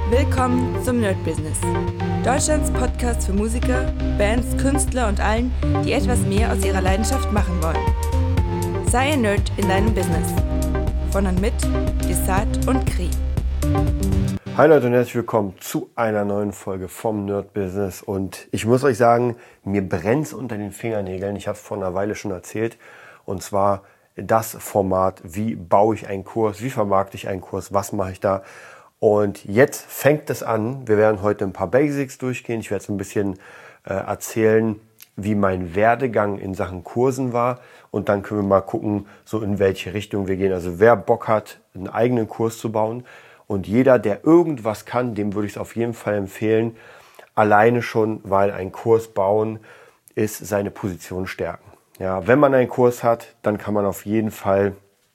Willkommen zum Nerd Business. Deutschlands Podcast für Musiker, Bands, Künstler und allen, die etwas mehr aus ihrer Leidenschaft machen wollen. Sei ein Nerd in deinem Business. Von und mit Desart und Kri. Hi Leute und herzlich willkommen zu einer neuen Folge vom Nerd Business. Und ich muss euch sagen, mir brennt es unter den Fingernägeln. Ich habe es vor einer Weile schon erzählt. Und zwar das Format, wie baue ich einen Kurs, wie vermarkte ich einen Kurs, was mache ich da. Und jetzt fängt es an. Wir werden heute ein paar Basics durchgehen. Ich werde so ein bisschen erzählen, wie mein Werdegang in Sachen Kursen war. Und dann können wir mal gucken, so in welche Richtung wir gehen. Also wer Bock hat, einen eigenen Kurs zu bauen. Und jeder, der irgendwas kann, dem würde ich es auf jeden Fall empfehlen. Alleine schon, weil ein Kurs bauen ist seine Position stärken. Ja, wenn man einen Kurs hat, dann kann man auf jeden Fall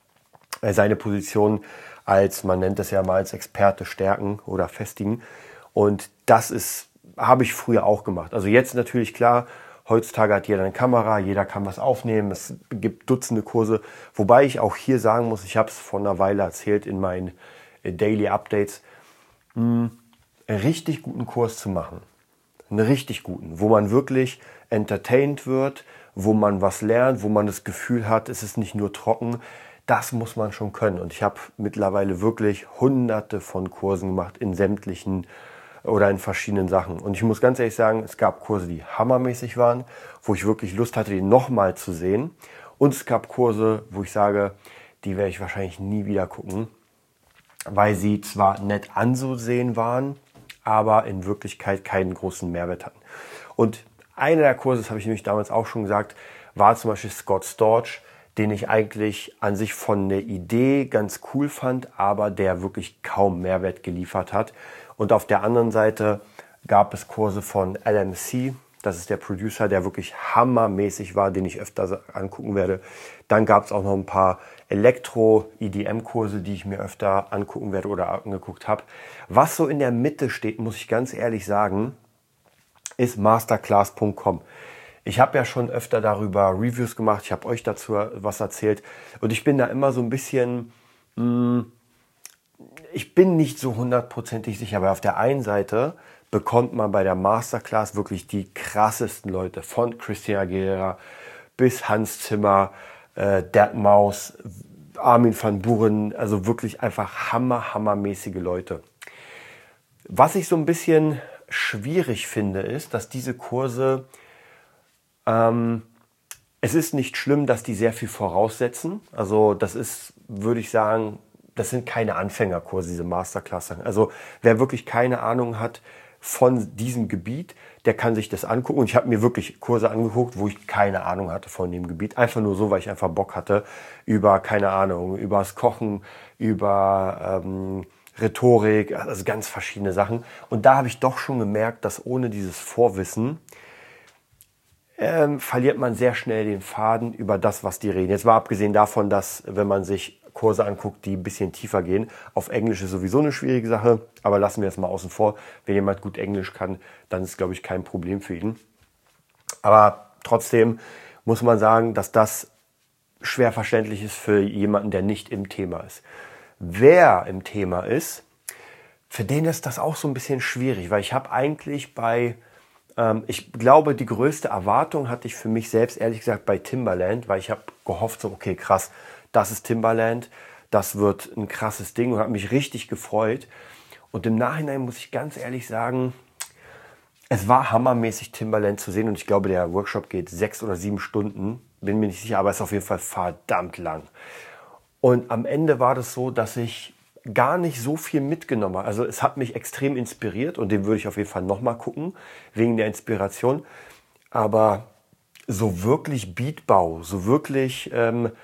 seine Position als, man nennt es ja mal als Experte stärken oder festigen. Und das habe ich früher auch gemacht. Also jetzt natürlich klar, heutzutage hat jeder eine Kamera, jeder kann was aufnehmen. Es gibt Dutzende Kurse. Wobei ich auch hier sagen muss, ich habe es vor einer Weile erzählt in meinen Daily Updates, einen richtig guten Kurs zu machen. Einen richtig guten, wo man wirklich entertained wird, wo man was lernt, wo man das Gefühl hat, es ist nicht nur trocken. Das muss man schon können. Und ich habe mittlerweile wirklich hunderte von Kursen gemacht in sämtlichen oder in verschiedenen Sachen. Und ich muss ganz ehrlich sagen, es gab Kurse, die hammermäßig waren, wo ich wirklich Lust hatte, die nochmal zu sehen. Und es gab Kurse, wo ich sage, die werde ich wahrscheinlich nie wieder gucken, weil sie zwar nett anzusehen waren, aber in Wirklichkeit keinen großen Mehrwert hatten. Und einer der Kurse, das habe ich nämlich damals auch schon gesagt, war zum Beispiel Scott Storch, den ich eigentlich an sich von der Idee ganz cool fand, aber der wirklich kaum Mehrwert geliefert hat. Und auf der anderen Seite gab es Kurse von LMC, das ist der Producer, der wirklich hammermäßig war, den ich öfter angucken werde. Dann gab es auch noch ein paar Elektro-EDM-Kurse, die ich mir öfter angucken werde oder angeguckt habe. Was so in der Mitte steht, muss ich ganz ehrlich sagen, ist masterclass.com. Ich habe ja schon öfter darüber Reviews gemacht, ich habe euch dazu was erzählt und ich bin da immer so ein bisschen, ich bin nicht so hundertprozentig sicher, aber auf der einen Seite bekommt man bei der Masterclass wirklich die krassesten Leute, von Christina Aguilera bis Hans Zimmer, Deadmau5, Armin van Buuren, also wirklich einfach hammermäßige Leute. Was ich so ein bisschen schwierig finde, ist, dass diese Kurse, es ist nicht schlimm, dass die sehr viel voraussetzen. Also das ist, würde ich sagen, das sind keine Anfängerkurse, diese Masterclass. Also wer wirklich keine Ahnung hat von diesem Gebiet, der kann sich das angucken. Und ich habe mir wirklich Kurse angeguckt, wo ich keine Ahnung hatte von dem Gebiet. Einfach nur so, weil ich einfach Bock hatte über, keine Ahnung, über das Kochen, über Rhetorik, also ganz verschiedene Sachen. Und da habe ich doch schon gemerkt, dass ohne dieses Vorwissen verliert man sehr schnell den Faden über das, was die reden. Jetzt mal abgesehen davon, dass, wenn man sich Kurse anguckt, die ein bisschen tiefer gehen, auf Englisch ist sowieso eine schwierige Sache, aber lassen wir es mal außen vor. Wenn jemand gut Englisch kann, dann ist, glaube ich, kein Problem für ihn. Aber trotzdem muss man sagen, dass das schwer verständlich ist für jemanden, der nicht im Thema ist. Wer im Thema ist, für den ist das auch so ein bisschen schwierig, weil ich habe eigentlich ich glaube, die größte Erwartung hatte ich für mich selbst, ehrlich gesagt, bei Timbaland, weil ich habe gehofft, so okay, krass, das ist Timbaland, das wird ein krasses Ding und habe mich richtig gefreut. Und im Nachhinein muss ich ganz ehrlich sagen, es war hammermäßig, Timbaland zu sehen und ich glaube, der Workshop geht 6 oder 7 Stunden, bin mir nicht sicher, aber es ist auf jeden Fall verdammt lang. Und am Ende war das so, dass ich gar nicht so viel mitgenommen habe. Also es hat mich extrem inspiriert und den würde ich auf jeden Fall nochmal gucken, wegen der Inspiration. Aber so wirklich Beatbau, so wirklich,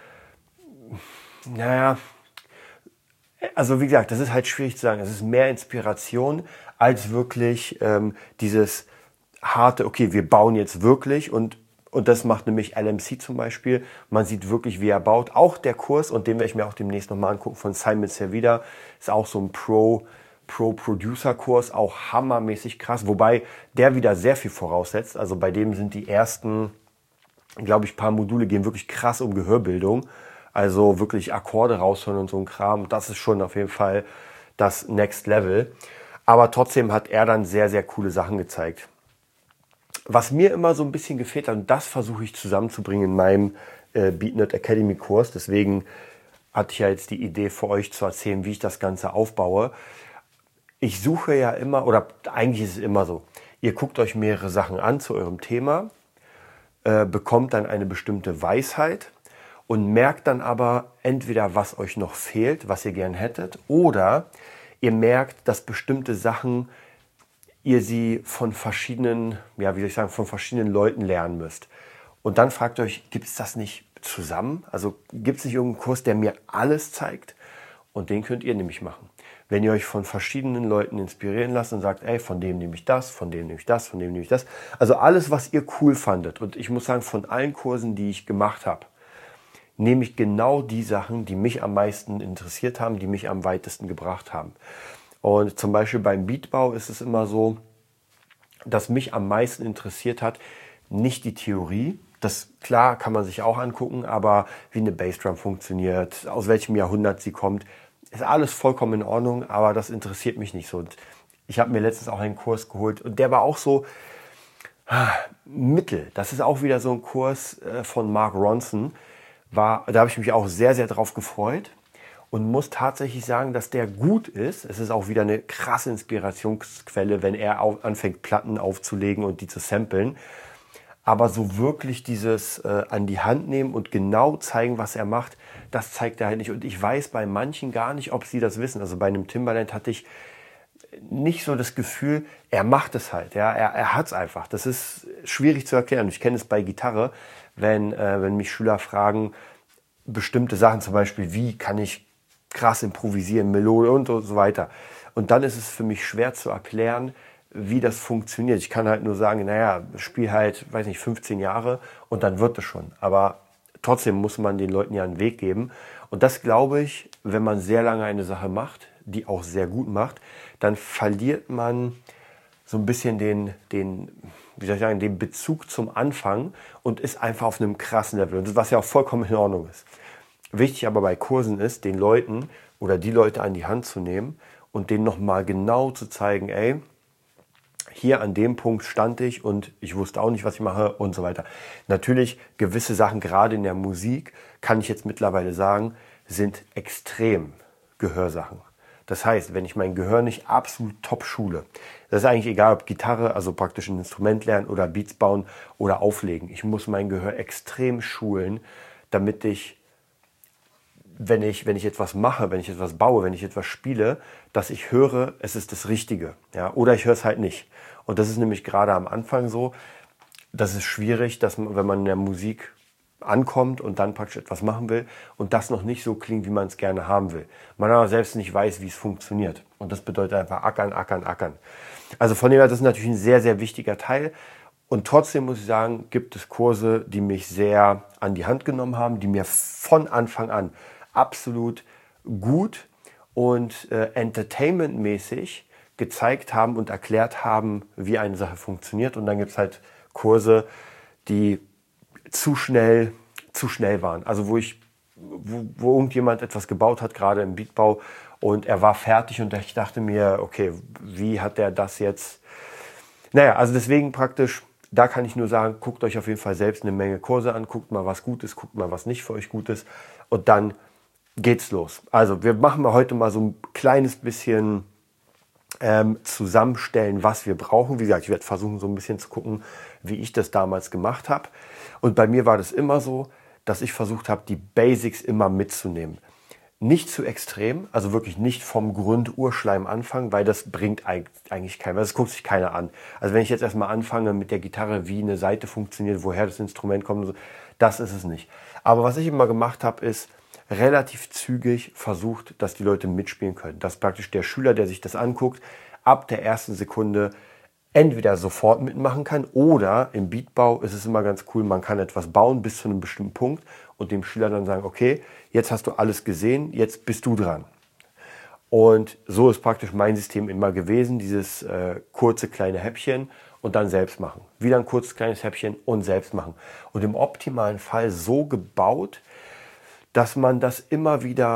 also wie gesagt, das ist halt schwierig zu sagen. Es ist mehr Inspiration als wirklich dieses harte, okay, wir bauen jetzt wirklich und das macht nämlich LMC zum Beispiel. Man sieht wirklich, wie er baut. Auch der Kurs, und den werde ich mir auch demnächst nochmal angucken, von Simon Servida, ist auch so ein Pro-Producer-Kurs, auch hammermäßig krass. Wobei der wieder sehr viel voraussetzt. Also bei dem sind die ersten, glaube ich, paar Module gehen wirklich krass um Gehörbildung. Also wirklich Akkorde raushören und so ein Kram. Das ist schon auf jeden Fall das Next Level. Aber trotzdem hat er dann sehr, sehr coole Sachen gezeigt. Was mir immer so ein bisschen gefehlt hat, und das versuche ich zusammenzubringen in meinem BeatNerd Academy Kurs. Deswegen hatte ich ja jetzt die Idee für euch zu erzählen, wie ich das Ganze aufbaue. Ich suche ja immer, oder eigentlich ist es immer so, ihr guckt euch mehrere Sachen an zu eurem Thema, bekommt dann eine bestimmte Weisheit und merkt dann aber entweder, was euch noch fehlt, was ihr gern hättet, oder ihr merkt, dass bestimmte Sachen, ihr sie von verschiedenen, von verschiedenen Leuten lernen müsst. Und dann fragt euch, gibt es das nicht zusammen? Also gibt es nicht irgendeinen Kurs, der mir alles zeigt? Und den könnt ihr nämlich machen. Wenn ihr euch von verschiedenen Leuten inspirieren lasst und sagt, ey, von dem nehme ich das, von dem nehme ich das, von dem nehme ich das. Also alles, was ihr cool fandet. Und ich muss sagen, von allen Kursen, die ich gemacht habe, nehme ich genau die Sachen, die mich am meisten interessiert haben, die mich am weitesten gebracht haben. Und zum Beispiel beim Beatbau ist es immer so, dass mich am meisten interessiert hat, nicht die Theorie. Das, klar, kann man sich auch angucken, aber wie eine Bassdrum funktioniert, aus welchem Jahrhundert sie kommt, ist alles vollkommen in Ordnung, aber das interessiert mich nicht so. Und ich habe mir letztens auch einen Kurs geholt und der war auch so mittel. Das ist auch wieder so ein Kurs von Mark Ronson. Da habe ich mich auch sehr, sehr drauf gefreut und muss tatsächlich sagen, dass der gut ist. Es ist auch wieder eine krasse Inspirationsquelle, wenn er anfängt, Platten aufzulegen und die zu samplen. Aber so wirklich dieses an die Hand nehmen und genau zeigen, was er macht, das zeigt er halt nicht. Und ich weiß bei manchen gar nicht, ob sie das wissen. Also bei einem Timbaland hatte ich nicht so das Gefühl, er macht es halt. Ja? Er hat es einfach. Das ist schwierig zu erklären. Ich kenne es bei Gitarre, wenn mich Schüler fragen, bestimmte Sachen, zum Beispiel, wie kann ich krass improvisieren, Melodie und so weiter. Und dann ist es für mich schwer zu erklären, wie das funktioniert. Ich kann halt nur sagen, naja, spiel halt, 15 Jahre und dann wird es schon. Aber trotzdem muss man den Leuten ja einen Weg geben. Und das glaube ich, wenn man sehr lange eine Sache macht, die auch sehr gut macht, dann verliert man so ein bisschen den Bezug zum Anfang und ist einfach auf einem krassen Level. Und was ja auch vollkommen in Ordnung ist. Wichtig aber bei Kursen ist, den Leuten oder die Leute an die Hand zu nehmen und denen nochmal genau zu zeigen, ey, hier an dem Punkt stand ich und ich wusste auch nicht, was ich mache und so weiter. Natürlich, gewisse Sachen, gerade in der Musik, kann ich jetzt mittlerweile sagen, sind extrem Gehörsachen. Das heißt, wenn ich mein Gehör nicht absolut top schule, das ist eigentlich egal, ob Gitarre, also praktisch ein Instrument lernen oder Beats bauen oder auflegen. Ich muss mein Gehör extrem schulen, damit ich, wenn ich etwas mache, wenn ich etwas baue, wenn ich etwas spiele, dass ich höre, es ist das Richtige. Ja? Oder ich höre es halt nicht. Und das ist nämlich gerade am Anfang so, das ist schwierig, dass man, wenn man in der Musik ankommt und dann praktisch etwas machen will und das noch nicht so klingt, wie man es gerne haben will. Man aber selbst nicht weiß, wie es funktioniert. Und das bedeutet einfach ackern, ackern, ackern. Also von dem her, das ist natürlich ein sehr, sehr wichtiger Teil. Und trotzdem muss ich sagen, gibt es Kurse, die mich sehr an die Hand genommen haben, die mir von Anfang an absolut gut und entertainmentmäßig gezeigt haben und erklärt haben, wie eine Sache funktioniert. Und dann gibt es halt Kurse, die zu schnell waren. Also wo irgendjemand etwas gebaut hat, gerade im Beatbau, und er war fertig und ich dachte mir, okay, wie hat der das jetzt? Naja, also deswegen praktisch, da kann ich nur sagen, guckt euch auf jeden Fall selbst eine Menge Kurse an, guckt mal, was gut ist, guckt mal, was nicht für euch gut ist und dann geht's los. Also wir machen mal heute mal so ein kleines bisschen zusammenstellen, was wir brauchen. Wie gesagt, ich werde versuchen, so ein bisschen zu gucken, wie ich das damals gemacht habe. Und bei mir war das immer so, dass ich versucht habe, die Basics immer mitzunehmen. Nicht zu extrem, also wirklich nicht vom Grundurschleim anfangen, weil das bringt eigentlich keiner, das guckt sich keiner an. Also wenn ich jetzt erstmal anfange mit der Gitarre, wie eine Saite funktioniert, woher das Instrument kommt, so, das ist es nicht. Aber was ich immer gemacht habe, ist relativ zügig versucht, dass die Leute mitspielen können. Dass praktisch der Schüler, der sich das anguckt, ab der ersten Sekunde entweder sofort mitmachen kann oder im Beatbau ist es immer ganz cool, man kann etwas bauen bis zu einem bestimmten Punkt und dem Schüler dann sagen, okay, jetzt hast du alles gesehen, jetzt bist du dran. Und so ist praktisch mein System immer gewesen, dieses kurze kleine Häppchen und dann selbst machen. Wieder ein kurzes kleines Häppchen und selbst machen. Und im optimalen Fall so gebaut, dass man das immer wieder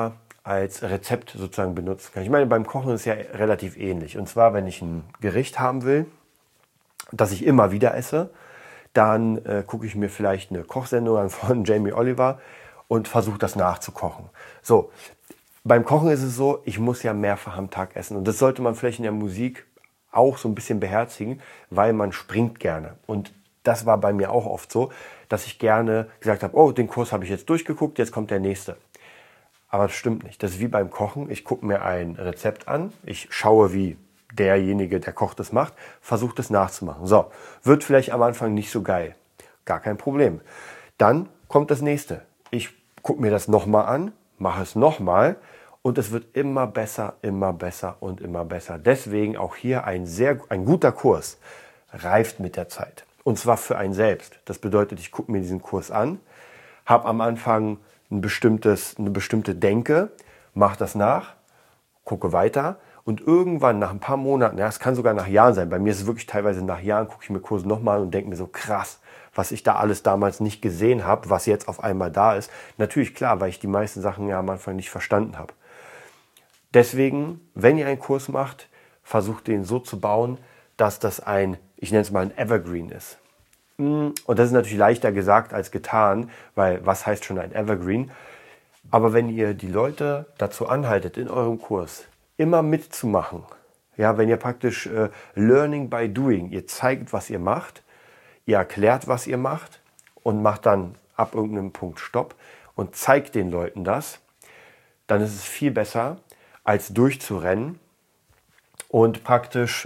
als Rezept sozusagen benutzen kann. Ich meine, beim Kochen ist es ja relativ ähnlich. Und zwar, wenn ich ein Gericht haben will, das ich immer wieder esse, dann gucke ich mir vielleicht eine Kochsendung an von Jamie Oliver und versuche das nachzukochen. So, beim Kochen ist es so, ich muss ja mehrfach am Tag essen. Und das sollte man vielleicht in der Musik auch so ein bisschen beherzigen, weil man springt gerne. Und das war bei mir auch oft so, dass ich gerne gesagt habe, oh, den Kurs habe ich jetzt durchgeguckt, jetzt kommt der nächste. Aber das stimmt nicht. Das ist wie beim Kochen. Ich gucke mir ein Rezept an, ich schaue, wie derjenige, der kocht, das macht, versucht es nachzumachen. So, wird vielleicht am Anfang nicht so geil. Gar kein Problem. Dann kommt das nächste. Ich gucke mir das nochmal an, mache es nochmal und es wird immer besser und immer besser. Deswegen auch hier ein guter Kurs reift mit der Zeit. Und zwar für einen selbst. Das bedeutet, ich gucke mir diesen Kurs an, habe am Anfang eine bestimmte Denke, mache das nach, gucke weiter. Und irgendwann nach ein paar Monaten, ja, es kann sogar nach Jahren sein, bei mir ist es wirklich teilweise nach Jahren, gucke ich mir Kurse nochmal und denke mir so, krass, was ich da alles damals nicht gesehen habe, was jetzt auf einmal da ist. Natürlich klar, weil ich die meisten Sachen ja am Anfang nicht verstanden habe. Deswegen, wenn ihr einen Kurs macht, versucht den so zu bauen, dass das ich nenne es mal ein Evergreen ist. Und das ist natürlich leichter gesagt als getan, weil was heißt schon ein Evergreen? Aber wenn ihr die Leute dazu anhaltet, in eurem Kurs immer mitzumachen, ja, wenn ihr praktisch Learning by Doing, ihr zeigt, was ihr macht, ihr erklärt, was ihr macht und macht dann ab irgendeinem Punkt Stopp und zeigt den Leuten das, dann ist es viel besser, als durchzurennen und praktisch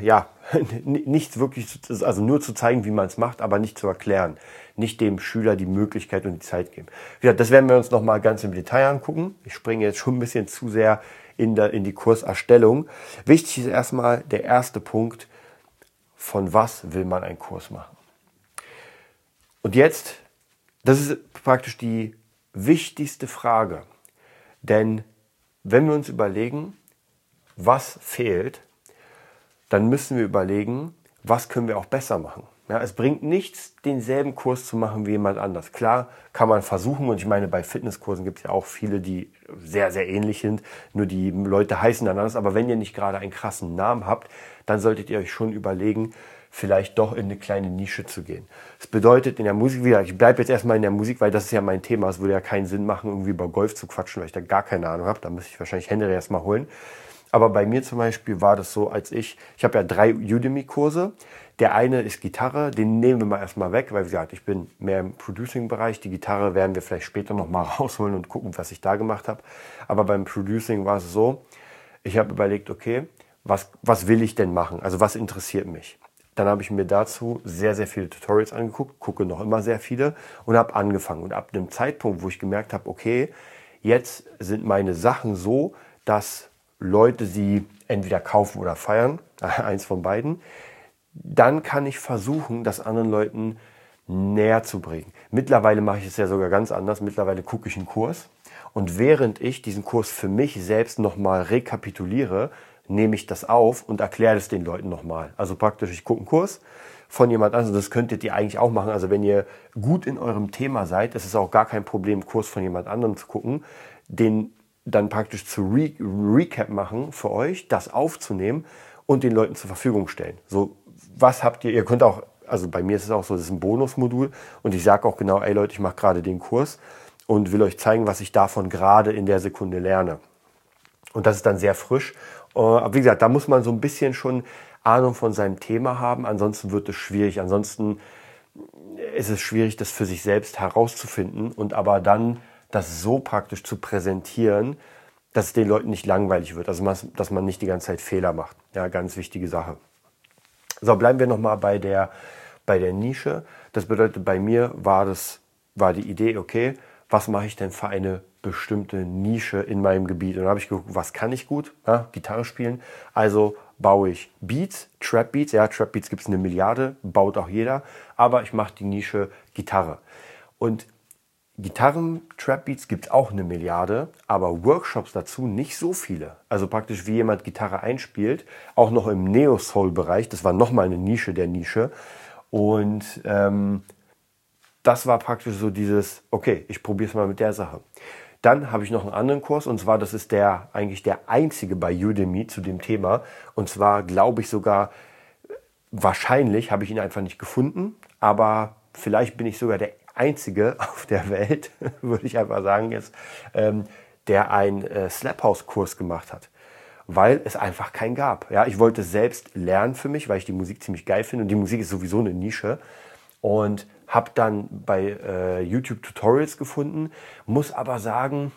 nichts wirklich, also nur zu zeigen, wie man es macht, aber nicht zu erklären. Nicht dem Schüler die Möglichkeit und die Zeit geben. Ja, das werden wir uns nochmal ganz im Detail angucken. Ich springe jetzt schon ein bisschen zu sehr in die Kurserstellung. Wichtig ist erstmal der erste Punkt, von was will man einen Kurs machen? Und jetzt, das ist praktisch die wichtigste Frage. Denn wenn wir uns überlegen, was fehlt, dann müssen wir überlegen, was können wir auch besser machen. Ja, es bringt nichts, denselben Kurs zu machen wie jemand anders. Klar kann man versuchen, und ich meine, bei Fitnesskursen gibt es ja auch viele, die sehr, sehr ähnlich sind, nur die Leute heißen dann anders. Aber wenn ihr nicht gerade einen krassen Namen habt, dann solltet ihr euch schon überlegen, vielleicht doch in eine kleine Nische zu gehen. Das bedeutet in der Musik, ich bleibe jetzt erstmal in der Musik, weil das ist ja mein Thema. Es würde ja keinen Sinn machen, irgendwie über Golf zu quatschen, weil ich da gar keine Ahnung habe. Da müsste ich wahrscheinlich Hände erstmal holen. Aber bei mir zum Beispiel war das so, als ich habe ja 3 Udemy-Kurse. Der eine ist Gitarre, den nehmen wir mal erstmal weg, weil wie gesagt, ich bin mehr im Producing-Bereich. Die Gitarre werden wir vielleicht später nochmal rausholen und gucken, was ich da gemacht habe. Aber beim Producing war es so, ich habe überlegt, okay, was will ich denn machen? Also was interessiert mich? Dann habe ich mir dazu sehr, sehr viele Tutorials angeguckt, gucke noch immer sehr viele und habe angefangen. Und ab dem Zeitpunkt, wo ich gemerkt habe, okay, jetzt sind meine Sachen so, dass Leute sie entweder kaufen oder feiern, eins von beiden, dann kann ich versuchen, das anderen Leuten näher zu bringen. Mittlerweile mache ich es ja sogar ganz anders. Mittlerweile gucke ich einen Kurs und während ich diesen Kurs für mich selbst nochmal rekapituliere, nehme ich das auf und erkläre es den Leuten nochmal. Also praktisch, ich gucke einen Kurs von jemand anderem. Das könntet ihr eigentlich auch machen. Also wenn ihr gut in eurem Thema seid, ist es auch gar kein Problem, einen Kurs von jemand anderem zu gucken, den dann praktisch zu Recap machen für euch, das aufzunehmen und den Leuten zur Verfügung stellen. So, was habt ihr könnt auch, also bei mir ist es auch so, das ist ein Bonusmodul und ich sage auch genau, ey Leute, ich mache gerade den Kurs und will euch zeigen, was ich davon gerade in der Sekunde lerne. Und das ist dann sehr frisch. Aber wie gesagt, da muss man so ein bisschen schon Ahnung von seinem Thema haben, ansonsten wird es schwierig. Ansonsten ist es schwierig, das für sich selbst herauszufinden und aber dann das so praktisch zu präsentieren, dass es den Leuten nicht langweilig wird, also dass man nicht die ganze Zeit Fehler macht. Ja, ganz wichtige Sache. So, bleiben wir nochmal bei der Nische. Das bedeutet, bei mir war die Idee, okay, was mache ich denn für eine bestimmte Nische in meinem Gebiet? Und dann habe ich geguckt, was kann ich gut? Ja, Gitarre spielen. Also baue ich Beats, Trap Beats. Ja, Trap Beats gibt es 1 Milliarde, baut auch jeder. Aber ich mache die Nische Gitarre. Und Gitarren, Trap Beats gibt es auch 1 Milliarde, aber Workshops dazu nicht so viele. Also praktisch wie jemand Gitarre einspielt, auch noch im Neo-Soul-Bereich. Das war nochmal eine Nische der Nische. Und das war praktisch so dieses, okay, ich probiere es mal mit der Sache. Dann habe ich noch einen anderen Kurs und zwar, das ist eigentlich der einzige bei Udemy zu dem Thema. Und zwar glaube ich sogar, wahrscheinlich habe ich ihn einfach nicht gefunden, aber vielleicht bin ich sogar der Einzige auf der Welt, würde ich einfach sagen jetzt, der einen Slap House Kurs gemacht hat, weil es einfach keinen gab. Ja, ich wollte selbst lernen für mich, weil ich die Musik ziemlich geil finde und die Musik ist sowieso eine Nische und habe dann bei YouTube Tutorials gefunden, muss aber sagen,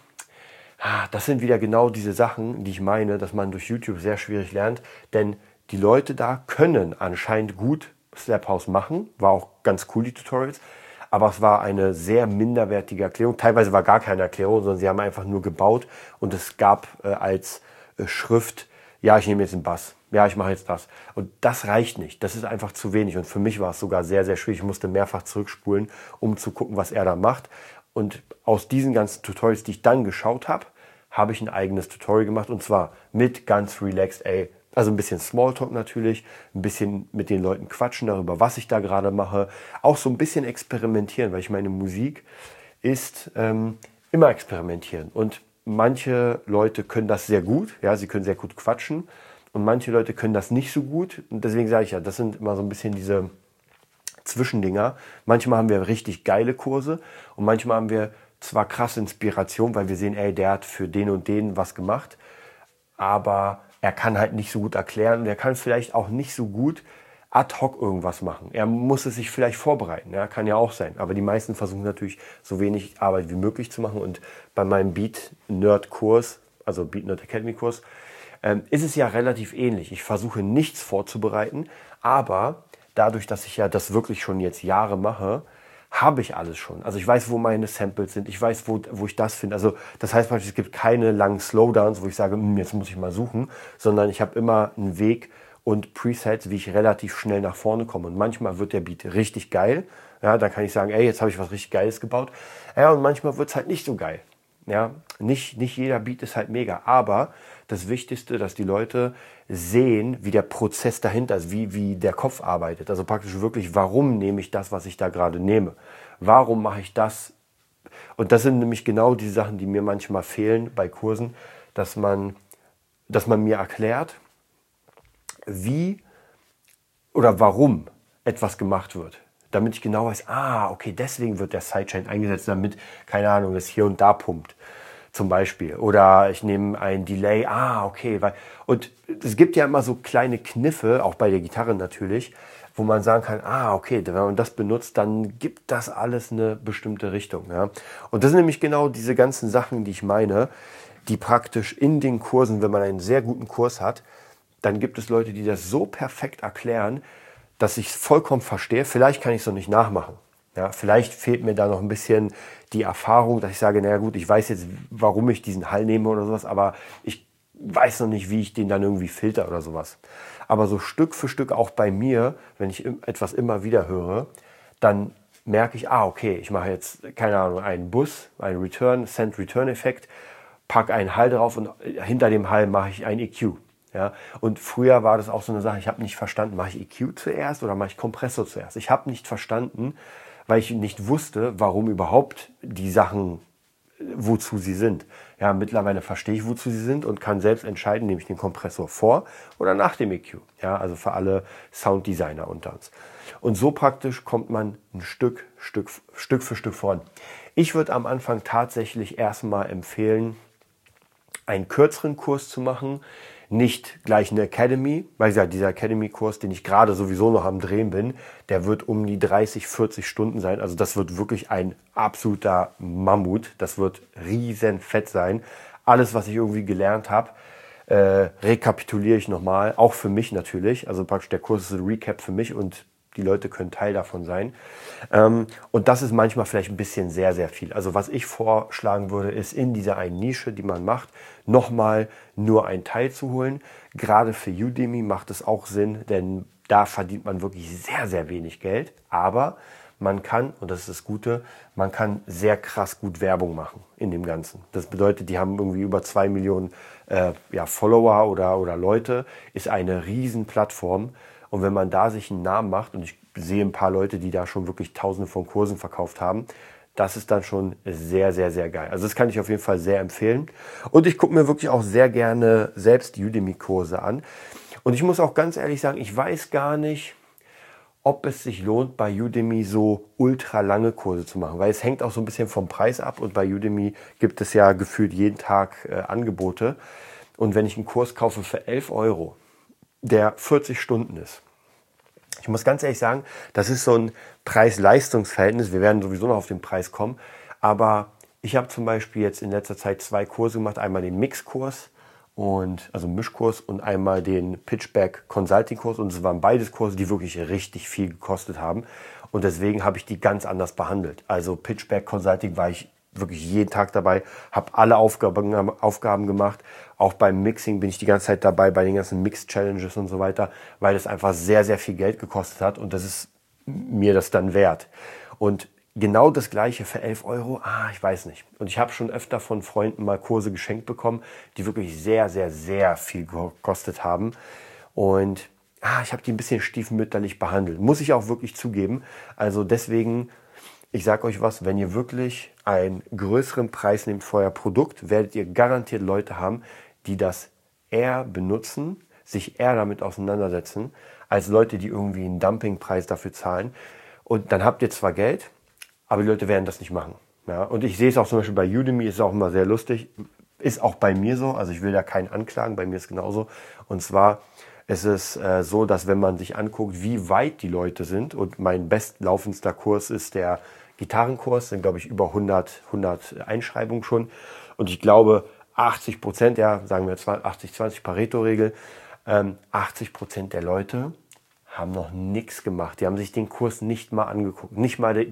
das sind wieder genau diese Sachen, die ich meine, dass man durch YouTube sehr schwierig lernt, denn die Leute da können anscheinend gut Slap House machen, war auch ganz cool die Tutorials, aber es war eine sehr minderwertige Erklärung. Teilweise war gar keine Erklärung, sondern sie haben einfach nur gebaut und es gab als Schrift, ja, ich nehme jetzt einen Bass, ja, ich mache jetzt das. Und das reicht nicht, das ist einfach zu wenig und für mich war es sogar sehr, sehr schwierig. Ich musste mehrfach zurückspulen, um zu gucken, was er da macht. Und aus diesen ganzen Tutorials, die ich dann geschaut habe, habe ich ein eigenes Tutorial gemacht und zwar mit ganz relaxed, also ein bisschen Smalltalk natürlich, ein bisschen mit den Leuten quatschen darüber, was ich da gerade mache. Auch so ein bisschen experimentieren, weil ich meine, Musik ist immer experimentieren. Und manche Leute können das sehr gut, ja, sie können sehr gut quatschen. Und manche Leute können das nicht so gut. Und deswegen sage ich ja, das sind immer so ein bisschen diese Zwischendinger. Manchmal haben wir richtig geile Kurse und manchmal haben wir zwar krasse Inspiration, weil wir sehen, der hat für den und den was gemacht, aber er kann halt nicht so gut erklären und er kann vielleicht auch nicht so gut ad hoc irgendwas machen. Er muss es sich vielleicht vorbereiten, ja, kann ja auch sein. Aber die meisten versuchen natürlich so wenig Arbeit wie möglich zu machen. Und bei meinem Beat-Nerd-Kurs, also Beat-Nerd-Academy-Kurs, ist es ja relativ ähnlich. Ich versuche nichts vorzubereiten, aber dadurch, dass ich ja das wirklich schon jetzt Jahre mache, habe ich alles schon. Also ich weiß, wo meine Samples sind, ich weiß, wo ich das finde. Also das heißt beispielsweise, es gibt keine langen Slowdowns, wo ich sage, jetzt muss ich mal suchen, sondern ich habe immer einen Weg und Presets, wie ich relativ schnell nach vorne komme. Und manchmal wird der Beat richtig geil. Ja, da kann ich sagen, jetzt habe ich was richtig Geiles gebaut. Ja, und manchmal wird es halt nicht so geil. Ja, nicht jeder Beat ist halt mega, aber das Wichtigste, dass die Leute sehen, wie der Prozess dahinter ist, wie der Kopf arbeitet. Also praktisch wirklich, warum nehme ich das, was ich da gerade nehme? Warum mache ich das? Und das sind nämlich genau die Sachen, die mir manchmal fehlen bei Kursen, dass man mir erklärt, wie oder warum etwas gemacht wird. Damit ich genau weiß, okay, deswegen wird der Sidechain eingesetzt, damit, keine Ahnung, das hier und da pumpt, zum Beispiel. Oder ich nehme ein Delay, okay, und es gibt ja immer so kleine Kniffe, auch bei der Gitarre natürlich, wo man sagen kann, okay, wenn man das benutzt, dann gibt das alles eine bestimmte Richtung. Ja? Und das sind nämlich genau diese ganzen Sachen, die ich meine, die praktisch in den Kursen, wenn man einen sehr guten Kurs hat, dann gibt es Leute, die das so perfekt erklären, dass ich es vollkommen verstehe. Vielleicht kann ich es noch nicht nachmachen. Ja, vielleicht fehlt mir da noch ein bisschen die Erfahrung, dass ich sage, naja gut, ich weiß jetzt, warum ich diesen Hall nehme oder sowas, aber ich weiß noch nicht, wie ich den dann irgendwie filter oder sowas. Aber so Stück für Stück auch bei mir, wenn ich etwas immer wieder höre, dann merke ich, okay, ich mache jetzt, keine Ahnung, einen Bus, einen Send-Return-Effekt, packe einen Hall drauf und hinter dem Hall mache ich ein EQ. Ja, und früher war das auch so eine Sache, ich habe nicht verstanden, mache ich EQ zuerst oder mache ich Kompressor zuerst? Ich habe nicht verstanden, weil ich nicht wusste, warum überhaupt die Sachen, wozu sie sind. Ja, mittlerweile verstehe ich, wozu sie sind und kann selbst entscheiden, nehme ich den Kompressor vor oder nach dem EQ. Ja, also für alle Sounddesigner unter uns. Und so praktisch kommt man ein Stück für Stück voran. Ich würde am Anfang tatsächlich erstmal empfehlen, einen kürzeren Kurs zu machen, nicht gleich eine Academy, weil dieser Academy-Kurs, den ich gerade sowieso noch am Drehen bin, der wird um die 30, 40 Stunden sein. Also das wird wirklich ein absoluter Mammut. Das wird riesen fett sein. Alles, was ich irgendwie gelernt habe, rekapituliere ich nochmal, auch für mich natürlich. Also praktisch der Kurs ist ein Recap für mich und die Leute können Teil davon sein. Und das ist manchmal vielleicht ein bisschen sehr, sehr viel. Also was ich vorschlagen würde, ist in dieser einen Nische, die man macht, nochmal nur einen Teil zu holen. Gerade für Udemy macht es auch Sinn, denn da verdient man wirklich sehr, sehr wenig Geld. Aber man kann, und das ist das Gute, man kann sehr krass gut Werbung machen in dem Ganzen. Das bedeutet, die haben irgendwie über 2 Millionen Follower oder Leute, ist eine riesen Plattform. Und wenn man da sich einen Namen macht, und ich sehe ein paar Leute, die da schon wirklich Tausende von Kursen verkauft haben, Das ist dann schon sehr, sehr, sehr geil. Also das kann ich auf jeden Fall sehr empfehlen. Und ich gucke mir wirklich auch sehr gerne selbst Udemy-Kurse an. Und ich muss auch ganz ehrlich sagen, ich weiß gar nicht, ob es sich lohnt, bei Udemy so ultra lange Kurse zu machen. Weil es hängt auch so ein bisschen vom Preis ab. Und bei Udemy gibt es ja gefühlt jeden Tag Angebote. Und wenn ich einen Kurs kaufe für 11 €, der 40 Stunden ist, ich muss ganz ehrlich sagen, das ist so ein Preis-Leistungs-Verhältnis. Wir werden sowieso noch auf den Preis kommen. Aber ich habe zum Beispiel jetzt in letzter Zeit 2 Kurse gemacht. Einmal den Mixkurs, also Mischkurs, und einmal den Pitchback Consulting Kurs. Und es waren beides Kurse, die wirklich richtig viel gekostet haben. Und deswegen habe ich die ganz anders behandelt. Also Pitchback Consulting war ich wirklich jeden Tag dabei, habe alle Aufgaben gemacht. Auch beim Mixing bin ich die ganze Zeit dabei, bei den ganzen Mix-Challenges und so weiter, weil es einfach sehr, sehr viel Geld gekostet hat und das ist mir das dann wert. Und genau das Gleiche für 11 €, ich weiß nicht. Und ich habe schon öfter von Freunden mal Kurse geschenkt bekommen, die wirklich sehr, sehr, sehr viel gekostet haben. Und ich habe die ein bisschen stiefmütterlich behandelt. Muss ich auch wirklich zugeben. Also deswegen, ich sage euch was, wenn ihr wirklich einen größeren Preis nehmt für euer Produkt, werdet ihr garantiert Leute haben, die das eher benutzen, sich eher damit auseinandersetzen, als Leute, die irgendwie einen Dumpingpreis dafür zahlen. Und dann habt ihr zwar Geld, aber die Leute werden das nicht machen. Ja? Und ich sehe es auch zum Beispiel bei Udemy, ist auch immer sehr lustig. Ist auch bei mir so, also ich will da keinen anklagen, bei mir ist es genauso. Und zwar ist es so, dass wenn man sich anguckt, wie weit die Leute sind, und mein bestlaufendster Kurs ist der Gitarrenkurs, sind glaube ich über 100 Einschreibungen schon. Und ich glaube 80%, ja sagen wir 80-20 Pareto-Regel, 80% der Leute haben noch nichts gemacht. Die haben sich den Kurs nicht mal angeguckt, nicht mal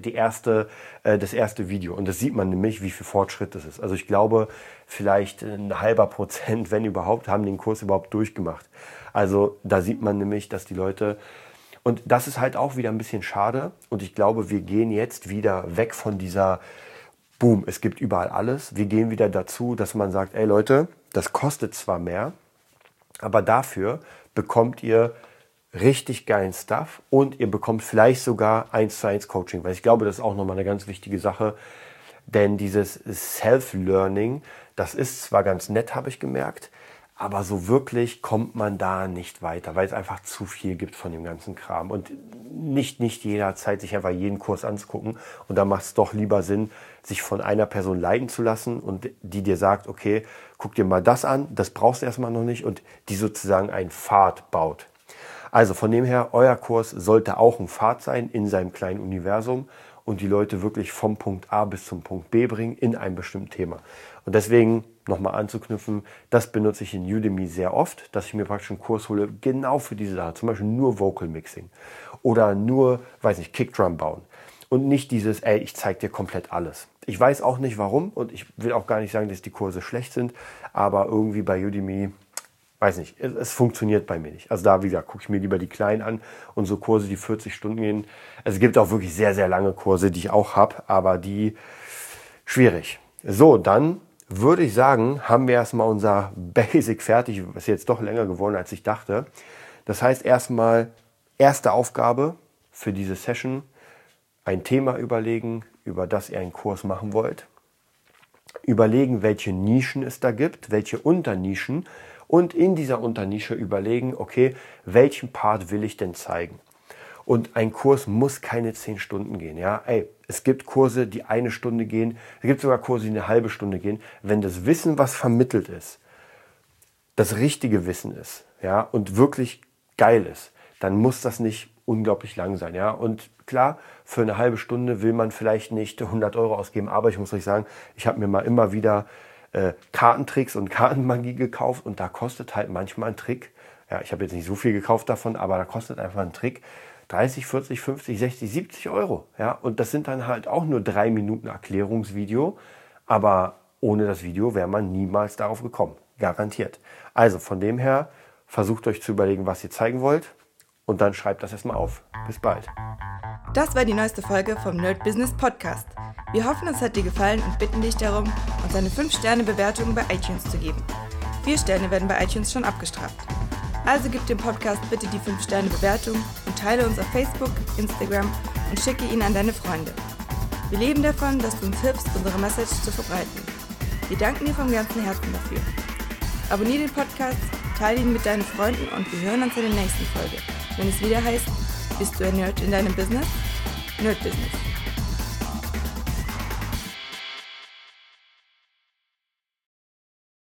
das erste Video. Und das sieht man nämlich, wie viel Fortschritt das ist. Also ich glaube, vielleicht ein halber Prozent, wenn überhaupt, haben den Kurs überhaupt durchgemacht. Also da sieht man nämlich, dass die Leute... Und das ist halt auch wieder ein bisschen schade. Und ich glaube, wir gehen jetzt wieder weg von dieser Boom, es gibt überall alles. Wir gehen wieder dazu, dass man sagt, ey Leute, das kostet zwar mehr, aber dafür bekommt ihr richtig geilen Stuff und ihr bekommt vielleicht sogar 1:1 Coaching, weil ich glaube, das ist auch nochmal eine ganz wichtige Sache, denn dieses Self-Learning, das ist zwar ganz nett, habe ich gemerkt, aber so wirklich kommt man da nicht weiter, weil es einfach zu viel gibt von dem ganzen Kram und nicht jeder hat Zeit, sich einfach jeden Kurs anzugucken und da macht es doch lieber Sinn, sich von einer Person leiten zu lassen und die dir sagt, okay, guck dir mal das an, das brauchst du erstmal noch nicht und die sozusagen einen Pfad baut. Also von dem her, euer Kurs sollte auch ein Pfad sein in seinem kleinen Universum und die Leute wirklich vom Punkt A bis zum Punkt B bringen in einem bestimmten Thema. Und deswegen nochmal anzuknüpfen, das benutze ich in Udemy sehr oft, dass ich mir praktisch einen Kurs hole, genau für diese Sache. Zum Beispiel nur Vocal Mixing oder nur, Kickdrum bauen. Und nicht dieses, ich zeige dir komplett alles. Ich weiß auch nicht warum und ich will auch gar nicht sagen, dass die Kurse schlecht sind, aber irgendwie bei Udemy... Weiß nicht, es funktioniert bei mir nicht. Also da, wie gesagt, gucke ich mir lieber die kleinen an und so Kurse, die 40 Stunden gehen. Es gibt auch wirklich sehr, sehr lange Kurse, die ich auch habe, aber die schwierig. So, dann würde ich sagen, haben wir erstmal unser Basic fertig. Ist jetzt doch länger geworden, als ich dachte. Das heißt erstmal, erste Aufgabe für diese Session, ein Thema überlegen, über das ihr einen Kurs machen wollt. Überlegen, welche Nischen es da gibt, welche Unternischen. Und in dieser Unternische überlegen, okay, welchen Part will ich denn zeigen? Und ein Kurs muss keine 10 Stunden gehen. Ja? Es gibt Kurse, die 1 Stunde gehen. Es gibt sogar Kurse, die eine halbe Stunde gehen. Wenn das Wissen, was vermittelt ist, das richtige Wissen ist, ja, und wirklich geil ist, dann muss das nicht unglaublich lang sein. Ja? Und klar, für eine halbe Stunde will man vielleicht nicht 100 € ausgeben. Aber ich muss euch sagen, ich habe mir mal immer wieder Kartentricks und Kartenmagie gekauft und da kostet halt manchmal ein Trick, ja, ich habe jetzt nicht so viel gekauft davon, aber da kostet einfach ein Trick 30, 40, 50, 60, 70 €. Ja? Und das sind dann halt auch nur 3 Minuten Erklärungsvideo, aber ohne das Video wäre man niemals darauf gekommen, garantiert. Also von dem her, versucht euch zu überlegen, was ihr zeigen wollt und dann schreibt das erstmal auf. Bis bald. Das war die neueste Folge vom Nerd Business Podcast. Wir hoffen, es hat dir gefallen und bitten dich darum, uns eine 5-Sterne-Bewertung bei iTunes zu geben. 4 Sterne werden bei iTunes schon abgestraft. Also gib dem Podcast bitte die 5-Sterne-Bewertung und teile uns auf Facebook, Instagram und schicke ihn an deine Freunde. Wir leben davon, dass du uns hilfst, unsere Message zu verbreiten. Wir danken dir vom ganzen Herzen dafür. Abonniere den Podcast, teile ihn mit deinen Freunden und wir hören uns in der nächsten Folge, wenn es wieder heißt, bist du ein Nerd in deinem Business? Nerd Business.